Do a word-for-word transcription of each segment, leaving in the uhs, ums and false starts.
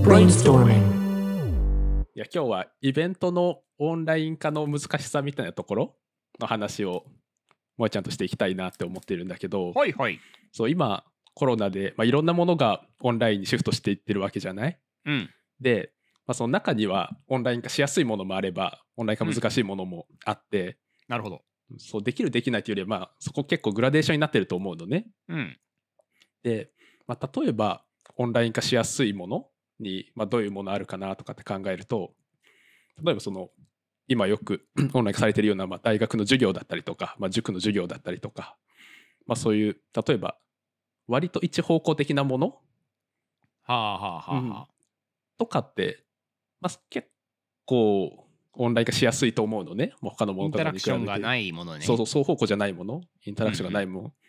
Brainstorming. いや今日はイベントのオンライン化の難しさみたいなところの話をもえちゃんとしていきたいなって思ってるんだけど、 はいはい。 そう今コロナで、まあ、いろんなものがオンラインにシフトしていってるわけじゃない。 うん。 で、まあ、その中にはオンライン化しやすいものもあればオンライン化難しいものもあって、 なるほど。 そうできるできないというよりは、まあ、そこ結構グラデーションになってると思うのね。 うん。 で、まあ、例えばオンライン化しやすいものに、まあ、どういうものあるかなとかって考えると、例えばその今よくオンライン化されているような、まあ、大学の授業だったりとか、まあ、塾の授業だったりとか、まあ、そういう例えば割と一方向的なもの、 はあはあはあはあ。 うん、とかって、まあ、結構オンライン化しやすいと思うのね。もう他のもインタのとかに比べてラクションがないものね。 そうそう双方向じゃないもの、インタラクションがないものって、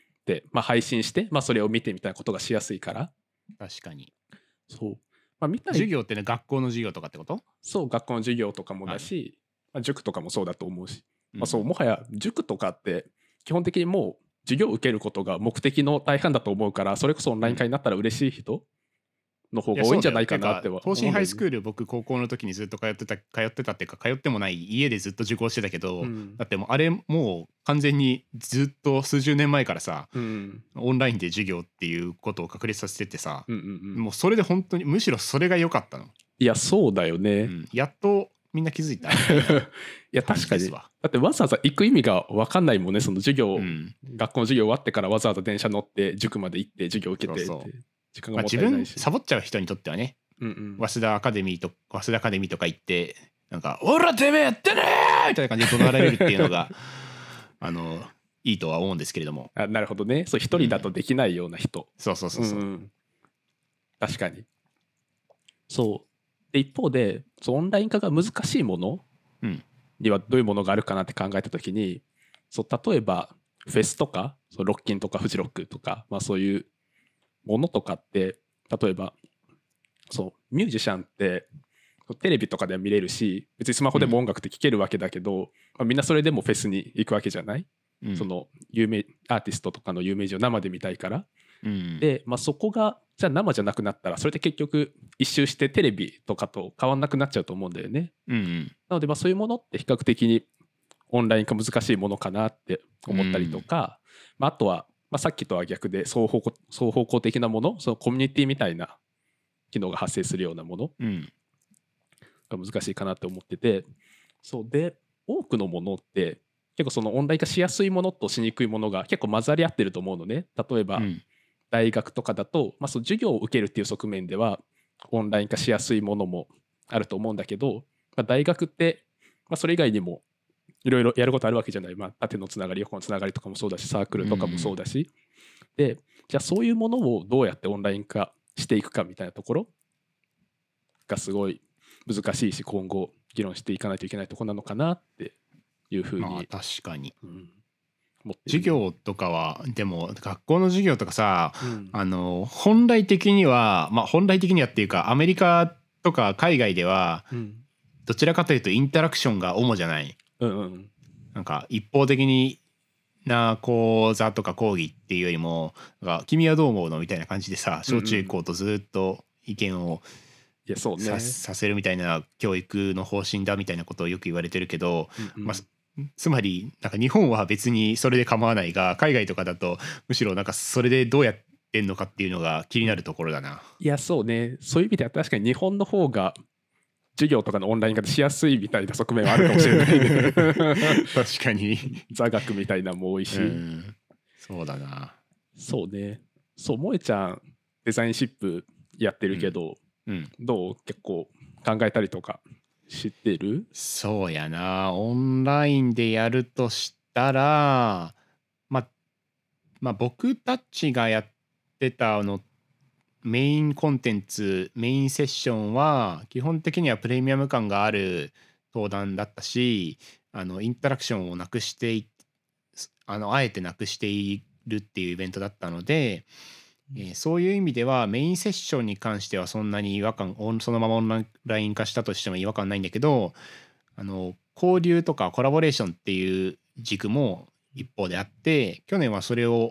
まあ、配信して、まあ、それを見てみたいなことがしやすいから。 確かに。 そう、まあ、みたい授業ってね、学校の授業とかってこと？ そう学校の授業とかもだし、まあ、塾とかもそうだと思うし、 うんまあ、そうもはや塾とかって基本的にもう授業を受けることが目的の大半だと思うから、それこそオンライン化になったら嬉しい人の方が多いんじゃないかなっては思うんだよね。 東進ハイスクール、僕高校の時にずっと通ってた通ってたっていうか、通ってもない家でずっと受講してたけど、 うん、 だってもうあれもう完全にずっと数十年前からさ、 うん、 オンラインで授業っていうことを確立させててさ、 うんうんうん、 もうそれで本当にむしろそれが良かったの。 いやそうだよね、 うん、やっとみんな気づいたいや確かに。 だってわざわざ行く意味が分かんないもんね。その授業、うん、学校の授業終わってからわざわざ電車乗って塾まで行って授業受けてって、そうそう時間がもったいないし、 まあ、自分サボっちゃう人にとってはね、うんうん、早稲田アカデミーと早稲田アカデミーとか行ってなんか「おらてめえやってねー!」みたいな感じで怒鳴られるっていうのがあのいいとは思うんですけれども。 あなるほどね。そう一人だとできないような人、うん、 そうそうそうそう、 うん、確かにそうで。一方でそうオンライン化が難しいものにはどういうものがあるかなって考えた時に、そう例えばフェスとかそうロッキンとかフジロックとか、まあ、そういうものとかって例えばそうミュージシャンってテレビとかでは見れるし別にスマホでも音楽って聴けるわけだけど、うんまあ、みんなそれでもフェスに行くわけじゃない、うん、その有名アーティストとかの有名人を生で見たいから、うん、で、まあ、そこがじゃあ生じゃなくなったらそれって結局一周してテレビとかと変わんなくなっちゃうと思うんだよね、うんうん、なのでまあそういうものって比較的にオンライン化難しいものかなって思ったりとか、うんまあ、あとは、まあ、さっきとは逆で双方向、双方向的なもの、そのコミュニティみたいな機能が発生するようなものが難しいかなって思ってて、そうで多くのものって結構そのオンライン化しやすいものとしにくいものが結構混ざり合ってると思うのね。例えば、うん大学とかだと、まあ、その授業を受けるっていう側面ではオンライン化しやすいものもあると思うんだけど、まあ、大学って、まあ、それ以外にもいろいろやることあるわけじゃない、まあ、縦のつながり横のつながりとかもそうだしサークルとかもそうだし、うん、でじゃあそういうものをどうやってオンライン化していくかみたいなところがすごい難しいし今後議論していかないといけないところなのかなっていうふうに、まあ、確かに、 うん授業とかはでも学校の授業とかさ、うん、あの本来的にはまあ本来的にはっていうかアメリカとか海外ではどちらかというとインタラクションが主じゃない、うんうん、なんか一方的にな講座とか講義っていうよりもなんか君はどう思うのみたいな感じでさ小中高とずっと意見をいやそうね、 さ, させるみたいな教育の方針だみたいなことをよく言われてるけど、うんうんまあつまりなんか日本は別にそれで構わないが海外とかだとむしろなんかそれでどうやってんのかっていうのが気になるところだな。 いやそうね、そういう意味では確かに日本の方が授業とかのオンライン化しやすいみたいな側面はあるかもしれない、ね、 確かに座学みたいなのも多いし、うん、 そうだな。 そうね。そう萌ちゃんデザインシップやってるけど、うんうん、どう結構考えたりとか知ってる？ そうやな、オンラインでやるとしたら、ま、まあ僕たちがやってたのメインコンテンツメインセッションは基本的にはプレミアム感がある登壇だったし、あのインタラクションをなくしてあのあえてなくしているっていうイベントだったので、えー、そういう意味ではメインセッションに関してはそんなに違和感そのままオンライン化したとしても違和感ないんだけど、あの交流とかコラボレーションっていう軸も一方であって、去年はそれを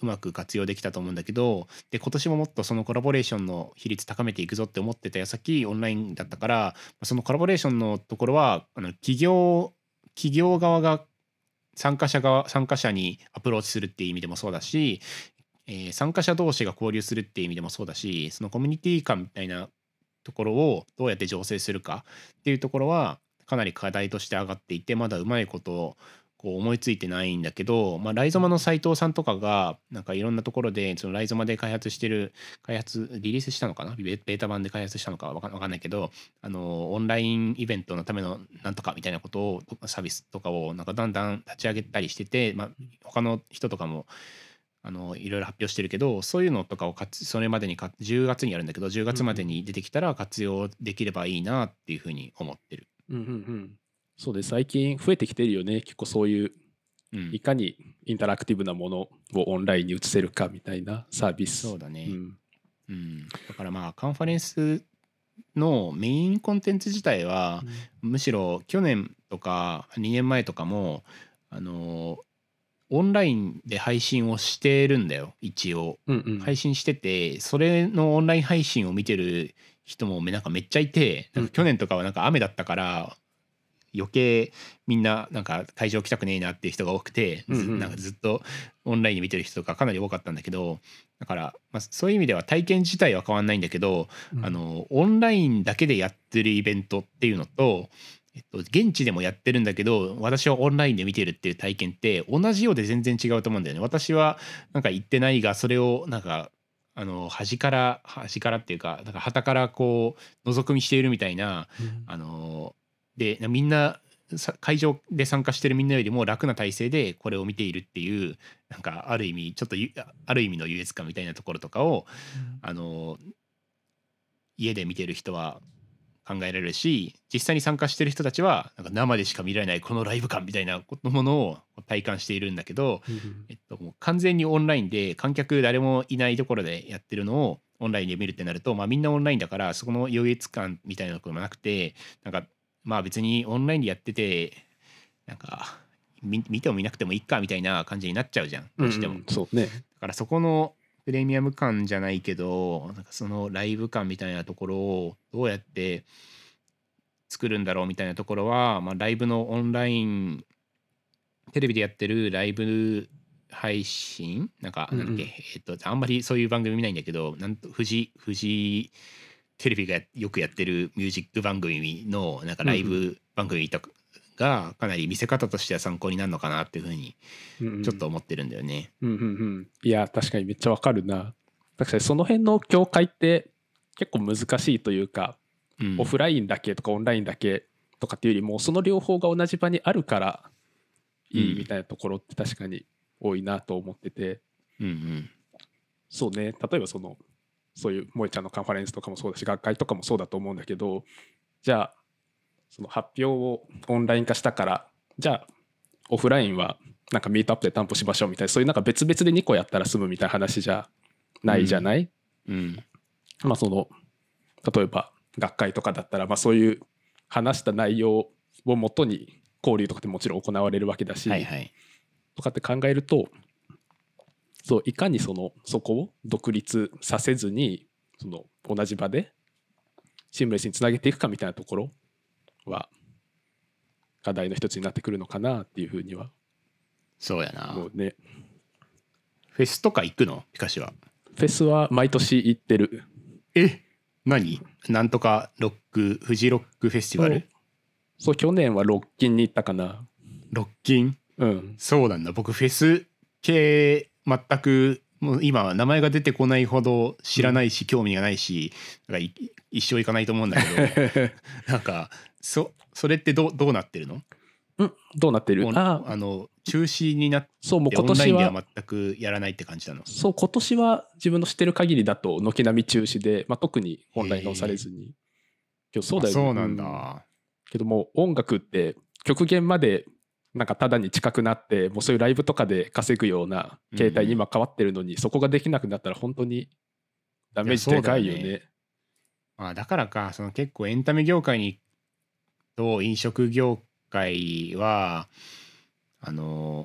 うまく活用できたと思うんだけど、で今年ももっとそのコラボレーションの比率高めていくぞって思ってた矢先オンラインだったから、そのコラボレーションのところはあの企業企業側が参加者側参加者にアプローチするっていう意味でもそうだし、えー参加者同士が交流するっていう意味でもそうだし、そのコミュニティ感みたいなところをどうやって醸成するかっていうところはかなり課題として上がっていて、まだうまいことこう思いついてないんだけど、まあ、ライゾマの斉藤さんとかがなんかいろんなところでそのライゾマで開発してる開発リリースしたのかな、ベベータ版で開発したのかわかわかんないけど、あのオンラインイベントのためのなんとかみたいなことをサービスとかをなんかだんだん立ち上げたりしてて、まあ、他の人とかもあのいろいろ発表してるけど、そういうのとかを活それまでにかじゅうがつにやるんだけど、じゅうがつまでに出てきたら活用できればいいなっていうふうに思ってる。 うんうんうん。そうで最近増えてきてるよね。結構そういううんいかにインタラクティブなものをオンラインに移せるかみたいなサービス。 そうだね、 うんうん、だからまあカンファレンスのメインコンテンツ自体は、むしろ去年とかにねんまえとかもあのオンラインで配信をしてるんだよ一応、 うんうん配信してて、それのオンライン配信を見てる人もなんかめっちゃいて、なんか去年とかはなんか雨だったから余計みんななんか会場来たくねえなっていう人が多くて、ずうんうんなんかずっとオンラインで見てる人がかなり多かったんだけど、だから、まあ、そういう意味では体験自体は変わんないんだけど、 うんあのオンラインだけでやってるイベントっていうのと、えっと、現地でもやってるんだけど私はオンラインで見てるっていう体験って同じようで全然違うと思うんだよね。私はなんか行ってないがそれをなんかあの端から端からっていうかなんか旗からこう覗く見しているみたいな、 うんあのでみんなさ会場で参加してるみんなよりも楽な体制でこれを見ているっていうなんかある意味ちょっとゆある意味の優越感みたいなところとかをあの家で見てる人は考えられるし、実際に参加してる人たちはなんか生でしか見られないこのライブ感みたいなものを体感しているんだけど、 うんえっと、もう完全にオンラインで観客誰もいないところでやってるのをオンラインで見るってなると、まあ、みんなオンラインだからそこの優越感みたいなところもなくて、なんかまあ別にオンラインでやっててなんか見見ても見なくてもいいかみたいな感じになっちゃうじゃんどうしても、 うんうんそうね。 だからそこのプレミアム感じゃないけどなんかそのライブ感みたいなところをどうやって作るんだろうみたいなところは、まあ、ライブのオンラインテレビでやってるライブ配信なんかうんうんなんだっけ、えっとあんまりそういう番組見ないんだけど、なんとフジフジテレビがよくやってるミュージック番組のなんかライブ番組とかがかなり見せ方としては参考になるのかなっていうふうにうんうんちょっと思ってるんだよね。 うんうんうんいや確かにめっちゃわかるな。確かにその辺の境界って結構難しいというか、 うんオフラインだけとかオンラインだけとかっていうよりもその両方が同じ場にあるからいいみたいなところって確かに多いなと思ってて、 うんうんそうね、例えばそのそういう萌ちゃんのカンファレンスとかもそうだし学会とかもそうだと思うんだけど、じゃあその発表をオンライン化したからじゃあオフラインはなんかミートアップで担保しましょうみたいな、そういうなんか別々でにこやったら済むみたいな話じゃないじゃない、 うんうんまあその例えば学会とかだったらまあそういう話した内容をもとに交流とかってもちろん行われるわけだし、 はいはいとかって考えると、そういかにそのそこを独立させずにその同じ場でシームレスにつなげていくかみたいなところは課題の一つになってくるのかなっていうふうにはそうやな。 思うね。 フェスとか行くのピカシは？ フェスは毎年行ってる。 え何なんとかロックフジロックフェスティバル？ そう去年はロッキンに行ったかな。 ロッキン？ うんそうなんだ。僕フェス系全くもう今名前が出てこないほど知らないし、興味がないしなんかい一生行かないと思うんだけどなんかそそれってどうどうなってるの？ うんどうなってる？ もうああの中止になってそうもう今オンラインで年はは全くやらないって感じなの？ そう今年は自分の知ってる限りだと軒並み中止で、まあ、特にオンライン化されずに。今日そうだよね。 あそうなんだ、 うんけども音楽って極限までなんかただに近くなってもうそういうライブとかで稼ぐような形態に今変わってるのに、そこができなくなったら本当にダメージでかいよね。 いやそうだよねまあ、だからかその結構エンタメ業界にと飲食業界はあの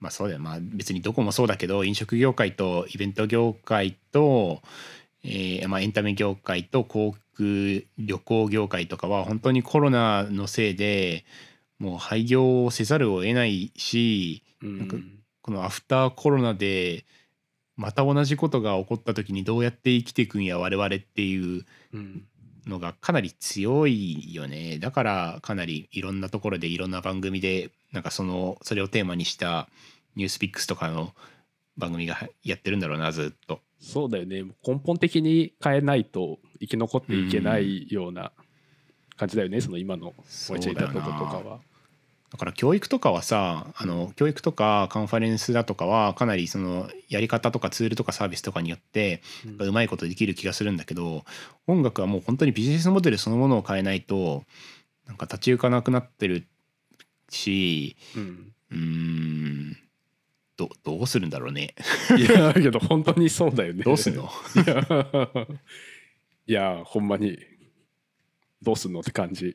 まあそうだよ、まあ別にどこもそうだけど、飲食業界とイベント業界と、えーまあ、エンタメ業界と航空旅行業界とかは本当にコロナのせいでもう廃業をせざるを得ないし、うん、なんかこのアフターコロナでまた同じことが起こった時にどうやって生きていくんや我々っていうのがかなり強いよね。だからかなりいろんなところでいろんな番組でなんかそのそれをテーマにしたニュースピックスとかの番組がやってるんだろうな、ずっと。 そうだよね。根本的に変えないと生き残っていけないような感じだよね、うん、その今の思いついたこととかは。 だから教育とかはさ、あの教育とかカンファレンスだとかはかなりそのやり方とかツールとかサービスとかによってうまいことできる気がするんだけど、音楽はもう本当にビジネスモデルそのものを変えないとなんか立ち行かなくなってるし、うん、うーんど, どうするんだろうね。 いやけど本当にそうだよね。 どうすんの？ いやいやほんまにどうすんのって感じ。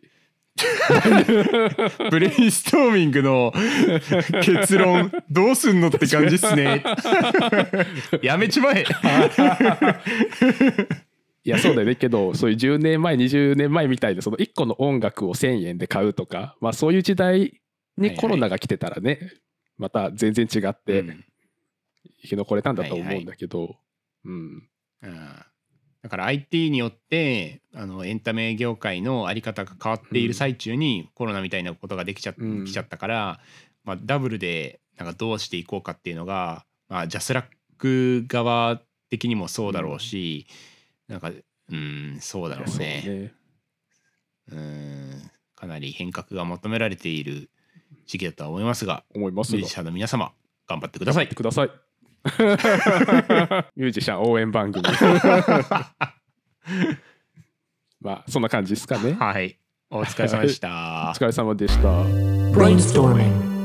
ブレインストーミングの結論どうすんのって感じっすね。やめちまえ。 いやそうだよね。けどそういうじゅうねんまえにじゅうねんまえみたいなそのいっこの音楽をせんえんで買うとか、まあ、そういう時代にコロナが来てたらね、はいはい、また全然違って生き残れたんだと思うんだけど、はいはい、うん、 だから アイティー によってあのエンタメ業界の在り方が変わっている最中にコロナみたいなことができちゃ、うん、きちゃったから、まあ、ダブルでなんかどうしていこうかっていうのが、まあ、ジャスラック側的にもそうだろうし、うん、なんかうんそうだろうね。ねうんかなり変革が求められている時期だとは思いますが、 思いますがミュージシャンの皆様頑張ってください。 頑張ってください。ミュージシャン応援番組。まあそんな感じですかね。 はい、お疲れ様でした。 お疲れ様でした。 ブレインストーミング